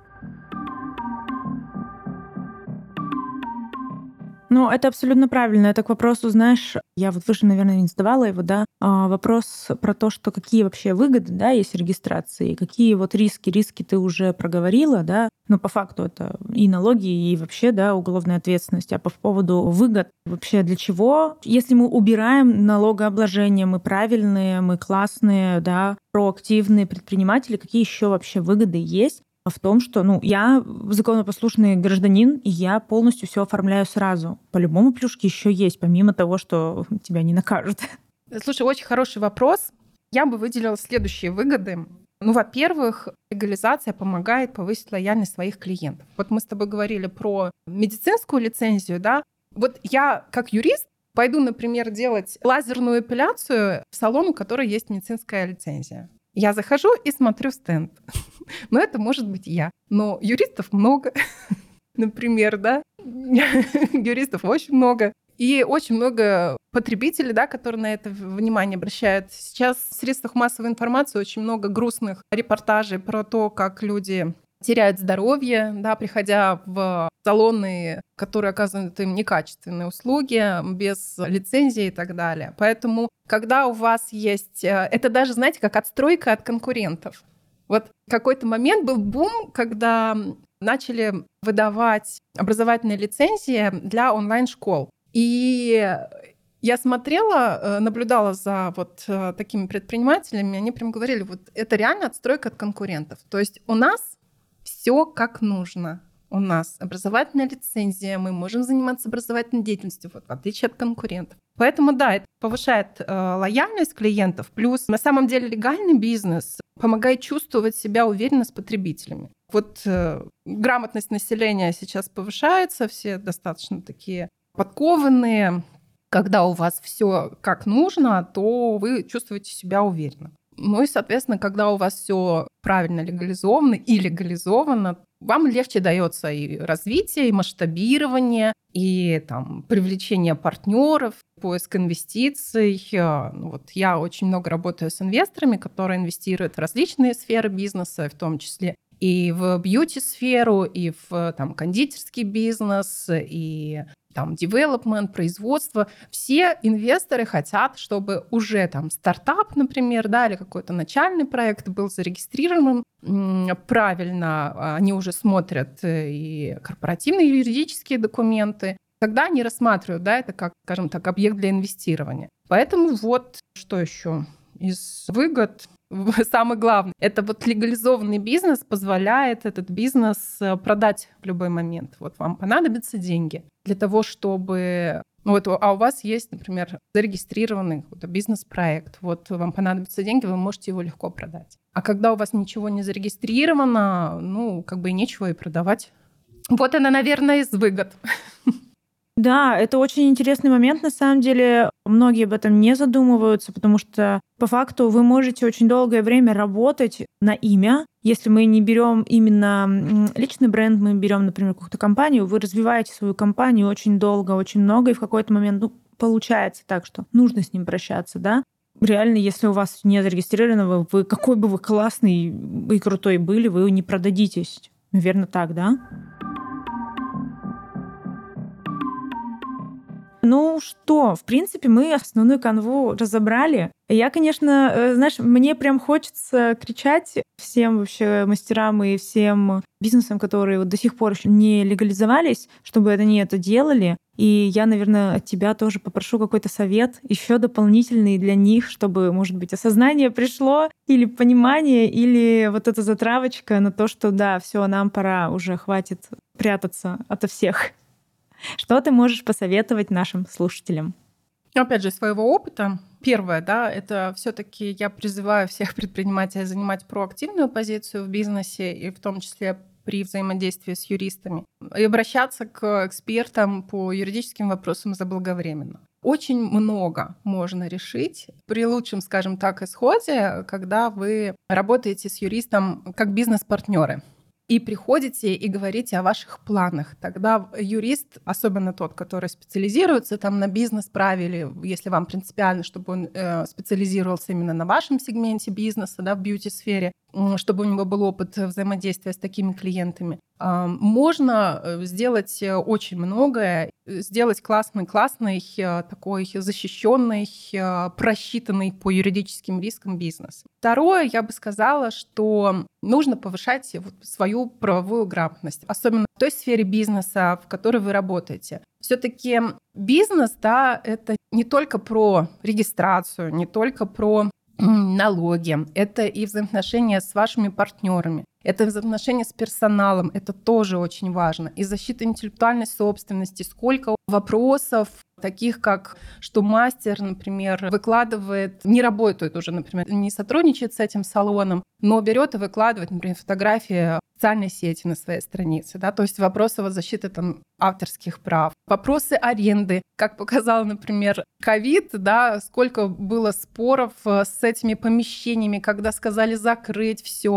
Ну, это абсолютно правильно. Это к вопросу, знаешь, я вот выше, наверное, не задавала его, да, а вопрос про то, что какие вообще выгоды, да, есть регистрации, какие вот риски. Риски ты уже проговорила, да, но по факту это и налоги, и вообще, да, уголовная ответственность. А по поводу выгод вообще для чего? Если мы убираем налогообложение, мы правильные, мы классные, да, проактивные предприниматели, какие еще вообще выгоды есть в том, что, ну, я законопослушный гражданин, и я полностью все оформляю сразу. По-любому плюшки еще есть, помимо того, что тебя не накажут. Слушай, очень хороший вопрос. Я бы выделила следующие выгоды. Ну, во-первых, легализация помогает повысить лояльность своих клиентов. Вот мы с тобой говорили про медицинскую лицензию, да. Вот я, как юрист, пойду, например, делать лазерную эпиляцию в салон, у которого есть медицинская лицензия. Я захожу и смотрю стенд. Но это может быть я. Но юристов много, например, да? Юристов очень много. И очень много потребителей, да, которые на это внимание обращают. Сейчас в средствах массовой информации очень много грустных репортажей про то, как люди теряют здоровье, да, приходя в салоны, которые оказывают им некачественные услуги, без лицензии и так далее. Поэтому, когда у вас есть... Это даже, знаете, как отстройка от конкурентов. Вот какой-то момент был бум, когда начали выдавать образовательные лицензии для онлайн-школ. И я смотрела, наблюдала за вот такими предпринимателями, они прям говорили, вот это реально отстройка от конкурентов. То есть у нас все как нужно. У нас образовательная лицензия, мы можем заниматься образовательной деятельностью, вот, в отличие от конкурентов. Поэтому, да, это повышает э, лояльность клиентов. Плюс, на самом деле, легальный бизнес помогает чувствовать себя уверенно с потребителями. Вот э, грамотность населения сейчас повышается, все достаточно такие подкованные. Когда у вас все как нужно, то вы чувствуете себя уверенно. Ну и, соответственно, когда у вас все правильно легализовано и легализовано, вам легче дается и развитие, и масштабирование, и там, привлечение партнеров, поиск инвестиций. Вот я очень много работаю с инвесторами, которые инвестируют в различные сферы бизнеса, в том числе и в бьюти-сферу, и в там, кондитерский бизнес, и там девелопмент, производство. Все инвесторы хотят, чтобы уже там стартап, например, да, или какой-то начальный проект был зарегистрирован правильно. Они уже смотрят и корпоративные юридические документы. Тогда они рассматривают, да, это как, скажем так, объект для инвестирования. Поэтому вот что еще из выгод. Самое главное, это вот легализованный бизнес позволяет этот бизнес продать в любой момент. Вот вам понадобятся деньги для того, чтобы... Ну вот, а у вас есть, например, зарегистрированный какой-то бизнес-проект. Вот вам понадобятся деньги, вы можете его легко продать. А когда у вас ничего не зарегистрировано, ну, как бы и нечего и продавать. Вот она, наверное, из выгод. Да, это очень интересный момент, на самом деле. Многие об этом не задумываются, потому что по факту вы можете очень долгое время работать на имя. Если мы не берем именно личный бренд, мы берем, например, какую-то компанию, вы развиваете свою компанию очень долго, очень много, и в какой-то момент ну, получается так, что нужно с ним прощаться, да? Реально, если у вас не зарегистрировано, вы, вы какой бы вы классный и крутой были, вы не продадитесь. Наверное, так, да? Ну что, в принципе, мы основную канву разобрали. Я, конечно, знаешь, мне прям хочется кричать всем вообще мастерам и всем бизнесам, которые вот до сих пор еще не легализовались, чтобы они это делали. И я, наверное, от тебя тоже попрошу какой-то совет еще дополнительный для них, чтобы, может быть, осознание пришло, или понимание, или вот эта затравочка на то, что да, все, нам пора, уже хватит прятаться ото всех. Что ты можешь посоветовать нашим слушателям? Опять же, из своего опыта. Первое, да, это все-таки я призываю всех предпринимателей занимать проактивную позицию в бизнесе, и в том числе при взаимодействии с юристами, и обращаться к экспертам по юридическим вопросам заблаговременно. Очень много можно решить при лучшем, скажем так, исходе, когда вы работаете с юристом как бизнес-партнеры. И приходите и говорите о ваших планах. Тогда юрист, особенно тот, который специализируется там, на бизнес-праве, или если вам принципиально, чтобы он э, специализировался именно на вашем сегменте бизнеса, да, в бьюти-сфере, чтобы у него был опыт взаимодействия с такими клиентами, э, можно сделать очень многое, сделать классный-классный, э, такой защищенный, э, просчитанный по юридическим рискам бизнес. Второе, я бы сказала, что нужно повышать вот свою правовую грамотность, особенно в той сфере бизнеса, в которой вы работаете. Все-таки бизнес, да, это не только про регистрацию, не только про налоги, это и взаимоотношения с вашими партнерами, это взаимоотношения с персоналом, это тоже очень важно. И защита интеллектуальной собственности, сколько вопросов, таких как, что мастер, например, выкладывает, не работает уже, например, не сотрудничает с этим салоном, но берет и выкладывает, например, фотографии в социальной сети на своей странице, да, то есть вопросы вот защиты там авторских прав, вопросы аренды, как показал, например, ковид, да, сколько было споров с этими помещениями, когда сказали закрыть все.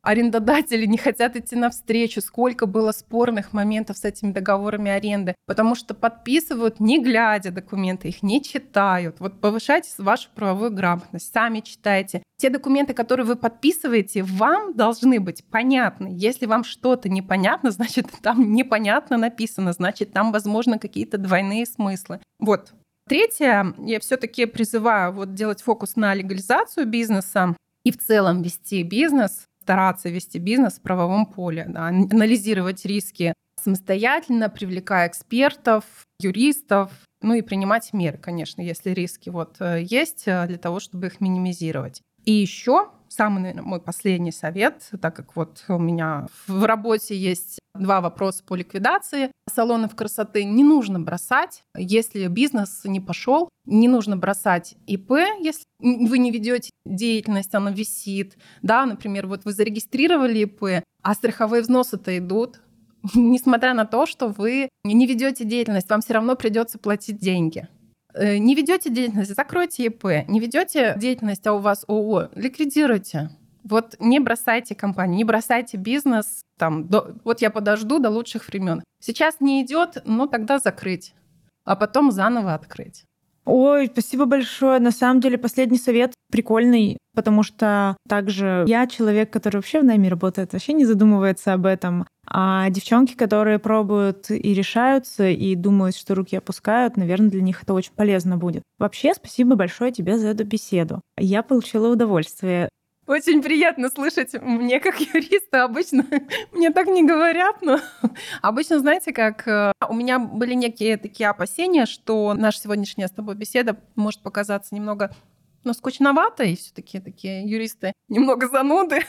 арендодатели не хотят идти навстречу, сколько было спорных моментов с этими договорами аренды, потому что подписывают, не глядя документы, их не читают. Вот повышайте вашу правовую грамотность, сами читайте. Те документы, которые вы подписываете, вам должны быть понятны. Если вам что-то непонятно, значит, там непонятно написано, значит, там, возможно, какие-то двойные смыслы. Вот. Третье, я все-таки призываю вот делать фокус на легализацию бизнеса и в целом вести бизнес, стараться вести бизнес в правовом поле, да, анализировать риски самостоятельно, привлекая экспертов, юристов, ну и принимать меры, конечно, если риски вот есть, для того, чтобы их минимизировать. И еще самый, наверное, мой последний совет, так как вот у меня в работе есть два вопроса по ликвидации салонов красоты, не нужно бросать, если бизнес не пошел, не нужно бросать ИП, если вы не ведете деятельность, она висит, да, например, вот вы зарегистрировали ИП, а страховые взносы-то идут, несмотря на то, что вы не ведете деятельность, вам все равно придется платить деньги. Не ведете деятельность, закройте ИП. Не ведете деятельность, а у вас ООО, ликвидируйте. Вот не бросайте компанию, не бросайте бизнес. Там, до, вот я подожду до лучших времен. Сейчас не идет, ну тогда закрыть, а потом заново открыть. Ой, спасибо большое. На самом деле последний совет прикольный, потому что также я человек, который вообще в найме работает, вообще не задумывается об этом. А девчонки, которые пробуют и решаются, и думают, что руки опускают, наверное, для них это очень полезно будет. Вообще, спасибо большое тебе за эту беседу. Я получила удовольствие. Очень приятно слышать мне, как юриста. Обычно мне так не говорят, но обычно, знаете, как у меня были некие такие опасения, что наша сегодняшняя с тобой беседа может показаться немного, ну, скучноватой, и все-таки такие юристы немного зануды.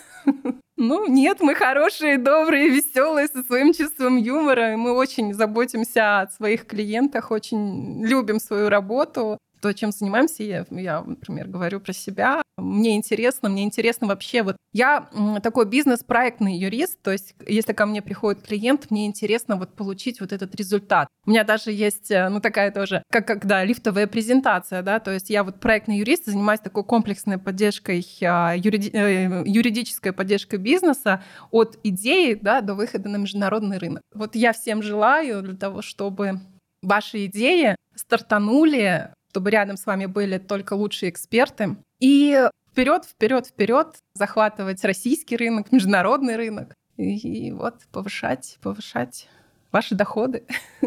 Ну, нет, мы хорошие, добрые, веселые, со своим чувством юмора. И мы очень заботимся о своих клиентах, очень любим свою работу. То, чем занимаемся, я, я, например, говорю про себя. Мне интересно, мне интересно вообще. Вот я такой бизнес-проектный юрист, то есть если ко мне приходит клиент, мне интересно вот получить вот этот результат. У меня даже есть, ну, такая тоже, как когда лифтовая презентация, да, то есть я вот проектный юрист, занимаюсь такой комплексной поддержкой, юриди, юридической поддержкой бизнеса от идеи, да, до выхода на международный рынок. Вот я всем желаю для того, чтобы ваши идеи стартанули, чтобы рядом с вами были только лучшие эксперты. И вперед, вперед, вперед захватывать российский рынок, международный рынок. И, и вот повышать, повышать ваши доходы.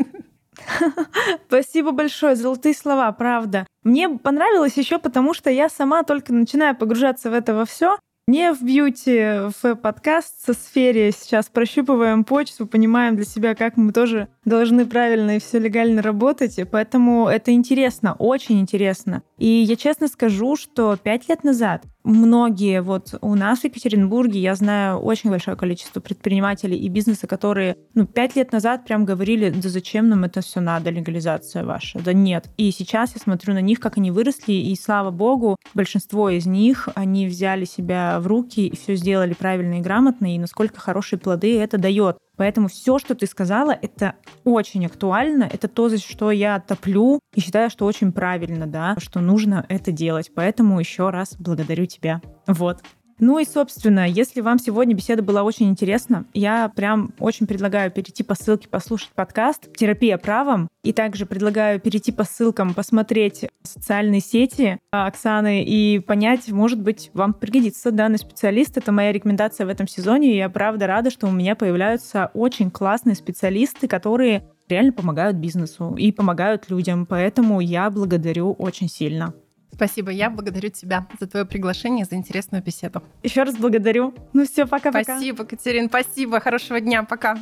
Спасибо большое, золотые слова, правда. Мне понравилось еще потому, что я сама только начинаю погружаться в это во все. Не в бьюти, в подкаст сфере сейчас прощупываем почву, понимаем для себя, как мы тоже должны правильно и все легально работать, поэтому это интересно, очень интересно. И я честно скажу, что пять лет назад многие вот у нас в Екатеринбурге, я знаю очень большое количество предпринимателей и бизнеса, которые ну, пять лет назад прям говорили, да зачем нам это все надо, легализация ваша? Да нет. И сейчас я смотрю на них, как они выросли, и слава богу, большинство из них, они взяли себя в руки и все сделали правильно и грамотно, и насколько хорошие плоды это дает. Поэтому все, что ты сказала, это очень актуально, это то, за что я топлю, и считаю, что очень правильно, да, что нужно это делать. Поэтому еще раз благодарю тебя. Вот. Ну и, собственно, если вам сегодня беседа была очень интересна, я прям очень предлагаю перейти по ссылке послушать подкаст «Терапия правом». И также предлагаю перейти по ссылкам, посмотреть социальные сети Оксаны и понять, может быть, вам пригодится данный специалист. Это моя рекомендация в этом сезоне. И я правда рада, что у меня появляются очень классные специалисты, которые реально помогают бизнесу и помогают людям. Поэтому я благодарю очень сильно. Спасибо, я благодарю тебя за твое приглашение, за интересную беседу. Еще раз благодарю. Ну все, пока-пока. Спасибо, Катерин, спасибо, хорошего дня, пока.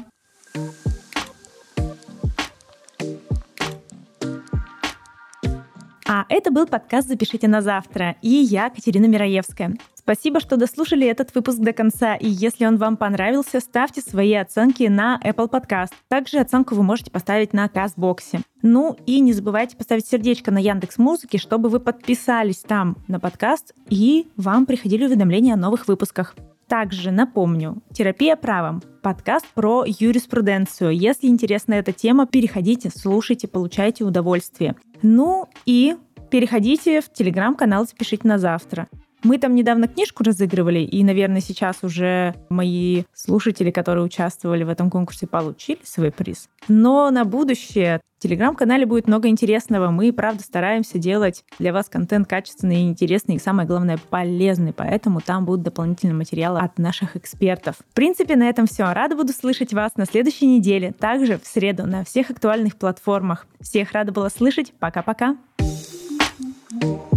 А это был подкаст «Запишите на завтра» и я, Катерина Мираевская. Спасибо, что дослушали этот выпуск до конца, и если он вам понравился, ставьте свои оценки на Apple Podcast. Также оценку вы можете поставить на Кастбоксе. Ну и не забывайте поставить сердечко на Яндекс.Музыке, чтобы вы подписались там на подкаст и вам приходили уведомления о новых выпусках. Также напомню, «Терапия правом» — подкаст про юриспруденцию. Если интересна эта тема, переходите, слушайте, получайте удовольствие. Ну и переходите в телеграм-канал «Запишите на завтра». Мы там недавно книжку разыгрывали, и, наверное, сейчас уже мои слушатели, которые участвовали в этом конкурсе, получили свой приз. Но на будущее в Телеграм-канале будет много интересного. Мы, правда, стараемся делать для вас контент качественный и интересный, и, самое главное, полезный. Поэтому там будут дополнительные материалы от наших экспертов. В принципе, на этом все. Рада буду слышать вас на следующей неделе. Также в среду на всех актуальных платформах. Всех рада была слышать. Пока-пока. Thank you.